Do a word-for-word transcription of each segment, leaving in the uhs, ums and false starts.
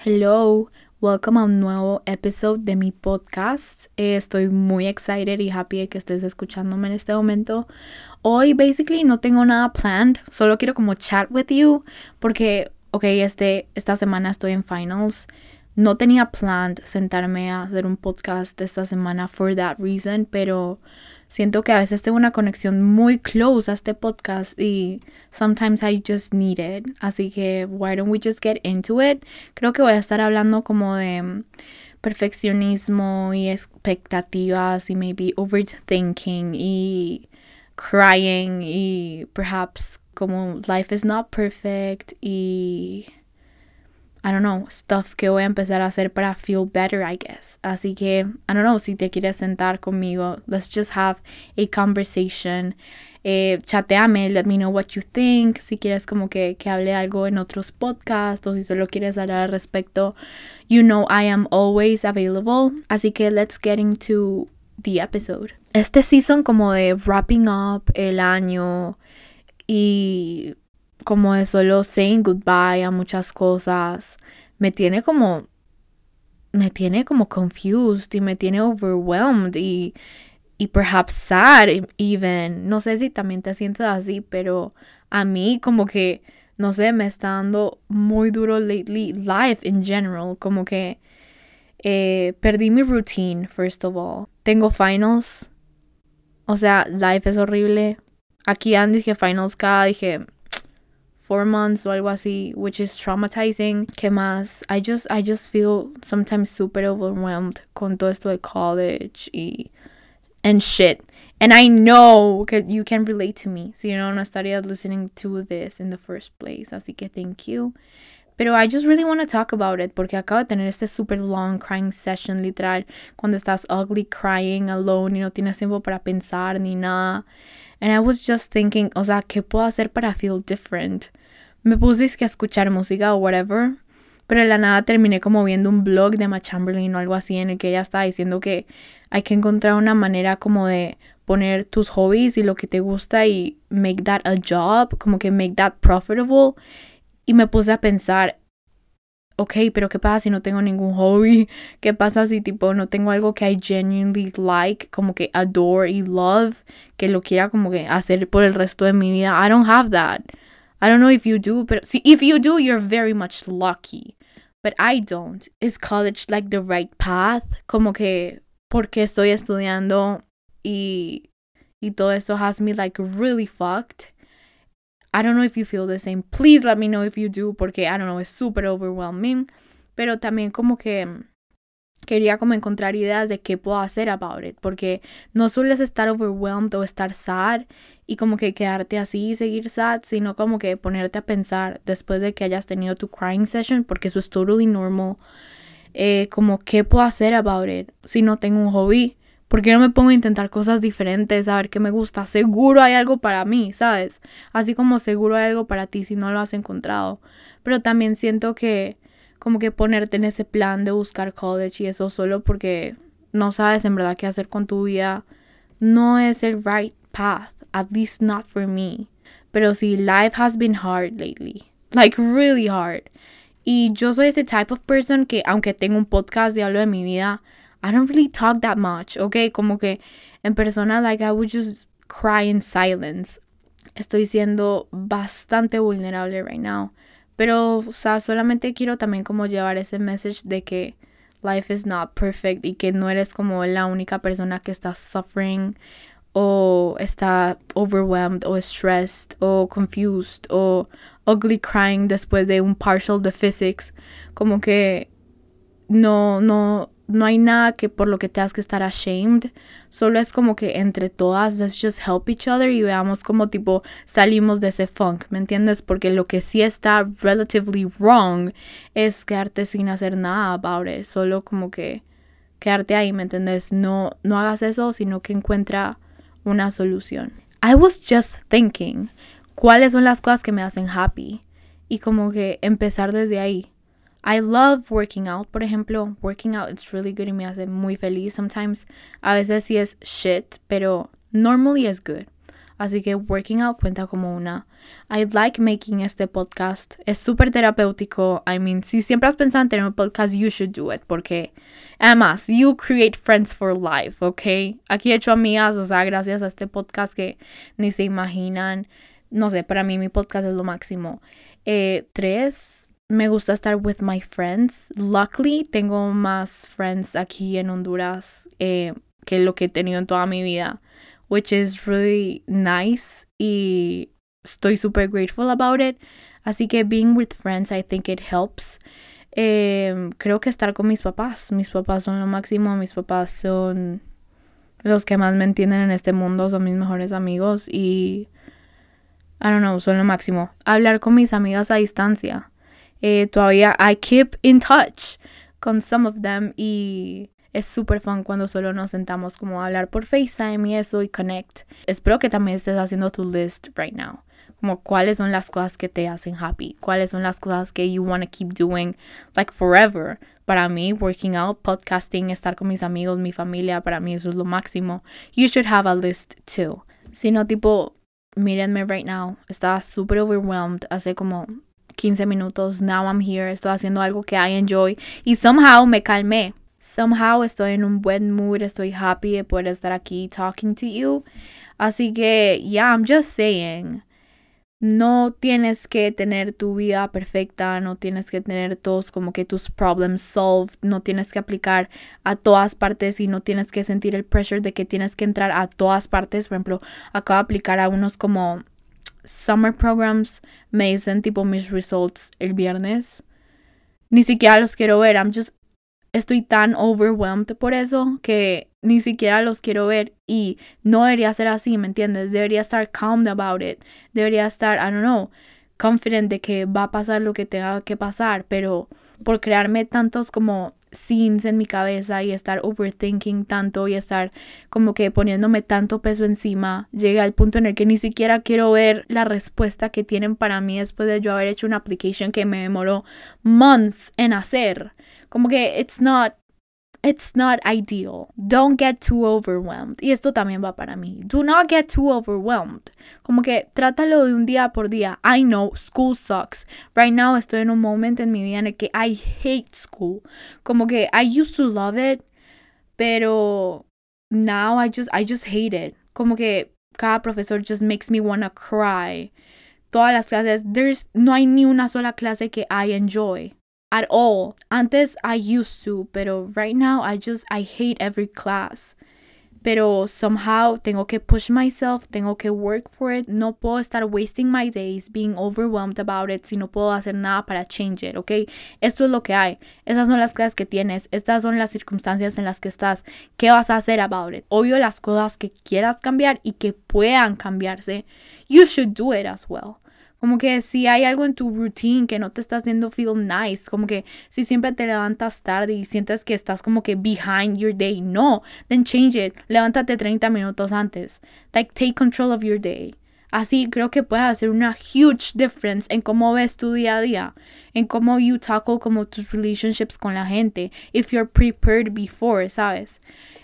Hello, welcome a un nuevo episodio de mi podcast. Eh, estoy muy excited y happy de que estés escuchándome en este momento. Hoy basically no tengo nada planned, solo quiero como chat with you porque, ok, este, esta semana estoy en finals. No tenía planned sentarme a hacer un podcast esta semana for that reason, pero siento que a veces tengo una conexión muy close a este podcast y sometimes I just need it. Así que why don't we just get into it? Creo que voy a estar hablando como de perfeccionismo y expectativas y maybe overthinking y crying y perhaps como life is not perfect y I don't know, stuff que voy a empezar a hacer para feel better, I guess. Así que, I don't know, si te quieres sentar conmigo, let's just have a conversation. Eh, chateame, let me know what you think. Si quieres como que, que hable algo en otros podcasts o si solo quieres hablar al respecto, you know I am always available. Así que let's get into the episode. Este season como de wrapping up el año y como de solo saying goodbye a muchas cosas, me tiene como, me tiene como confused y me tiene overwhelmed y, y perhaps sad even. No sé si también te sientes así, pero a mí como que, no sé, me está dando muy duro lately life in general, como que eh, perdí mi routine, first of all. Tengo finals, o sea, life es horrible. Aquí antes dije finals cada, dije four months o algo así, which is traumatizing. ¿Qué más? I just, I just feel sometimes super overwhelmed con todo esto de college y and shit. And I know that you can relate to me. Si no, no estaría listening to this in the first place. Así que thank you. Pero I just really want to talk about it porque acabo de tener este super long crying session, literal, cuando estás ugly crying alone y no tienes tiempo para pensar ni nada. And I was just thinking, o sea, ¿qué puedo hacer para feel different? Me puse a escuchar música o whatever, pero de la nada terminé como viendo un blog de Emma Chamberlain o algo así en el que ella estaba diciendo que hay que encontrar una manera como de poner tus hobbies y lo que te gusta y make that a job, como que make that profitable. Y me puse a pensar, ok, pero ¿qué pasa si no tengo ningún hobby? ¿Qué pasa si tipo no tengo algo que I genuinely like, como que adore y love, que lo quiera como que hacer por el resto de mi vida? I don't have that. I don't know if you do, pero see, if you do, you're very much lucky. But I don't. Is college like the right path? Como que porque estoy estudiando y, y todo esto has me like really fucked. I don't know if you feel the same. Please let me know if you do, porque, I don't know, es super overwhelming. Pero también como que quería como encontrar ideas de qué puedo hacer about it. Porque no solo es estar overwhelmed o estar sad y como que quedarte así y seguir sad, sino como que ponerte a pensar después de que hayas tenido tu crying session, porque eso es totally normal. Eh, como qué puedo hacer about it si no tengo un hobby. ¿Por qué no me pongo a intentar cosas diferentes? A ver qué me gusta. Seguro hay algo para mí, ¿sabes? Así como seguro hay algo para ti si no lo has encontrado. Pero también siento que como que ponerte en ese plan de buscar college y eso solo porque no sabes en verdad qué hacer con tu vida no es el right path. At least not for me. Pero sí, life has been hard lately. Like really hard. Y yo soy este type of person que aunque tengo un podcast y hablo de mi vida, I don't really talk that much, ¿ok? Como que en persona, like, I would just cry in silence. Estoy siendo bastante vulnerable right now. Pero, o sea, solamente quiero también como llevar ese message de que life is not perfect y que no eres como la única persona que está suffering o está overwhelmed o stressed o confused o ugly crying después de un partial de physics. Como que no, no... No hay nada que por lo que tengas que estar ashamed. Solo es como que entre todas, let's just help each other y veamos cómo tipo salimos de ese funk, ¿me entiendes? Porque lo que sí está relatively wrong es quedarte sin hacer nada about it. Solo como que quedarte ahí, ¿me entiendes? No, no hagas eso, sino que encuentra una solución. I was just thinking, ¿cuáles son las cosas que me hacen happy? Y como que empezar desde ahí. I love working out, por ejemplo. Working out it's really good y me hace muy feliz. Sometimes, a veces sí es shit, pero normally es good. Así que working out cuenta como una. I like making este podcast. Es súper terapéutico. I mean, si siempre has pensado en tener un podcast, you should do it. Porque, además, you create friends for life, ¿ok? Aquí he hecho amigas, o sea, gracias a este podcast que ni se imaginan. No sé, para mí mi podcast es lo máximo. Eh, tres, me gusta estar with my friends. Luckily, tengo más friends aquí en Honduras eh, que lo que he tenido en toda mi vida, which is really nice y estoy super grateful about it. Así que being with friends, I think it helps. Eh, creo que estar con mis papás. Mis papás son lo máximo. Mis papás son los que más me entienden en este mundo. Son mis mejores amigos y I don't know, son lo máximo. Hablar con mis amigas a distancia. Eh, todavía I keep in touch con some of them y es súper fun cuando solo nos sentamos como a hablar por FaceTime y eso y connect. Espero que también estés haciendo tu list right now. Como cuáles son las cosas que te hacen happy. Cuáles son las cosas que you want to keep doing like forever. Para mí, working out, podcasting, estar con mis amigos, mi familia, para mí eso es lo máximo. You should have a list too. Si no, tipo, mírenme right now. Estaba súper overwhelmed hace como quince minutos. Now I'm here. Estoy haciendo algo que I enjoy. Y somehow me calmé. Somehow estoy en un buen mood. Estoy happy de poder estar aquí talking to you. Así que, yeah, I'm just saying. No tienes que tener tu vida perfecta. No tienes que tener todos como que tus problems solved. No tienes que aplicar a todas partes y no tienes que sentir el pressure de que tienes que entrar a todas partes. Por ejemplo, acabo de aplicar a unos como summer programs. Me dicen tipo mis results el viernes. Ni siquiera los quiero ver. I'm just Estoy tan overwhelmed por eso que ni siquiera los quiero ver y no debería ser así, ¿me entiendes? Debería estar calm about it. Debería estar, I don't know, confident de que va a pasar lo que tenga que pasar, pero por crearme tantos como scenes en mi cabeza y estar overthinking tanto y estar como que poniéndome tanto peso encima, llegué al punto en el que ni siquiera quiero ver la respuesta que tienen para mí después de yo haber hecho una application que me demoró months en hacer. Como que it's not, it's not ideal. Don't get too overwhelmed. Y esto también va para mí. Do not get too overwhelmed. Como que trátalo de un día por día. I know, school sucks. Right now estoy en un momento en mi vida en el que I hate school. Como que I used to love it, pero now I just, I just hate it. Como que cada profesor just makes me wanna cry. Todas las clases, there's, no hay ni una sola clase que I enjoy. At all. Antes I used to, pero right now I just, I hate every class. Pero somehow tengo que push myself, tengo que work for it. No puedo estar wasting my days being overwhelmed about it si no puedo hacer nada para change it, ¿ok? Esto es lo que hay. Esas son las clases que tienes. Estas son las circunstancias en las que estás. ¿Qué vas a hacer about it? Obvio las cosas que quieras cambiar y que puedan cambiarse. You should do it as well. Como que si hay algo en tu routine que no te está haciendo feel nice, como que si siempre te levantas tarde y sientes que estás como que behind your day, no, then change it. Levántate treinta minutos antes. Like, take control of your day. Así creo que puedes hacer una huge difference en cómo ves tu día a día, en cómo you tackle como tus relationships con la gente, if you're prepared before, ¿sabes?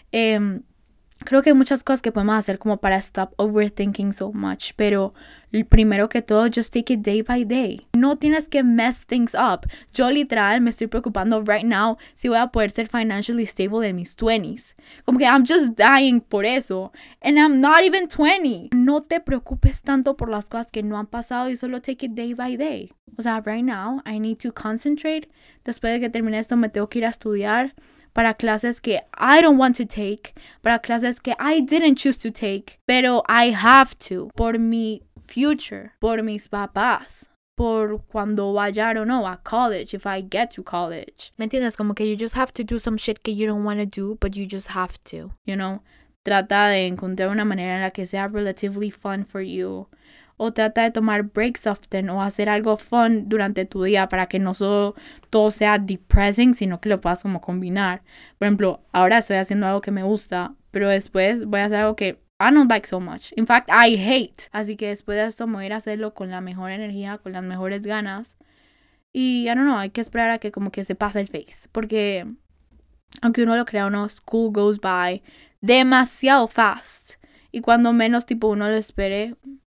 Um, Creo que hay muchas cosas que podemos hacer como para stop overthinking so much, pero primero que todo, just take it day by day. No tienes que mess things up. Yo literal me estoy preocupando right now si voy a poder ser financially stable en mis twenties. Como que I'm just dying por eso. And I'm not even twenty. No te preocupes tanto por las cosas que no han pasado y solo take it day by day. O sea, right now I need to concentrate. Después de que termine esto me tengo que ir a estudiar para clases que I don't want to take, para clases que I didn't choose to take, pero I have to, por mi future, por mis papás, por cuando vaya, I don't know, a college, if I get to college. ¿Me entiendes? Como que you just have to do some shit que you don't want to do, but you just have to, you know? Trata de encontrar una manera en la que sea relatively fun for you. O trata de tomar breaks often o hacer algo fun durante tu día para que no solo todo sea depressing, sino que lo puedas como combinar. Por ejemplo, ahora estoy haciendo algo que me gusta, pero después voy a hacer algo que I don't like so much. In fact, I hate. Así que después de esto me voy a ir a hacerlo con la mejor energía, con las mejores ganas. Y I don't know, hay que esperar a que como que se pase el face. Porque aunque uno lo crea o no, school goes by demasiado fast. Y cuando menos tipo uno lo espere,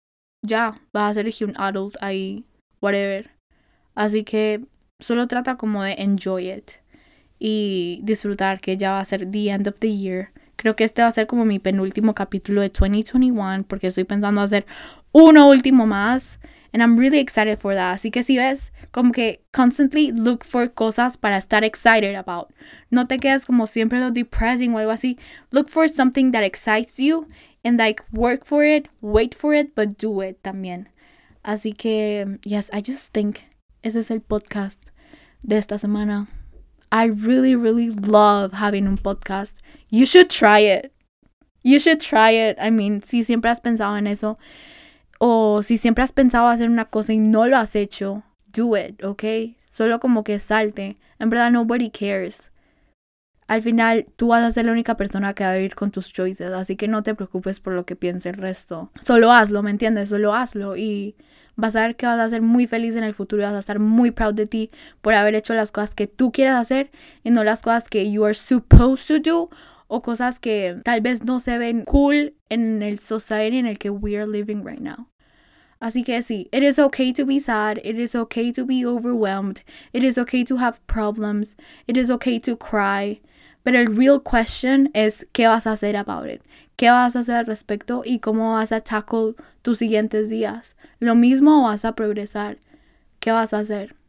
ya, vas a ser un adult ahí, whatever. Así que solo trata como de enjoy it y disfrutar que ya va a ser the end of the year. Creo que este va a ser como mi penúltimo capítulo de twenty twenty-one porque estoy pensando hacer uno último más. And I'm really excited for that. Así que si ves, como que constantly look for cosas para estar excited about. No te quedes como siempre lo depressing o algo así. Look for something that excites you and like work for it, wait for it, but do it también. Así que, yes, I just think ese es el podcast de esta semana. I really, really love having un podcast. You should try it. You should try it. I mean, si siempre has pensado en eso, o si siempre has pensado hacer una cosa y no lo has hecho, do it, ¿ok? Solo como que salte. En verdad, nobody cares. Al final, tú vas a ser la única persona que va a vivir con tus choices, así que no te preocupes por lo que piense el resto. Solo hazlo, ¿me entiendes? Solo hazlo y vas a ver que vas a ser muy feliz en el futuro y vas a estar muy proud de ti por haber hecho las cosas que tú quieres hacer y no las cosas que you are supposed to do o cosas que tal vez no se ven cool en el society en el que we are living right now. Así que sí, it is okay to be sad, it is okay to be overwhelmed, it is okay to have problems, it is okay to cry, pero el real question es ¿qué vas a hacer about it? ¿Qué vas a hacer al respecto y cómo vas a tackle tus siguientes días? ¿Lo mismo o vas a progresar? ¿Qué vas a hacer?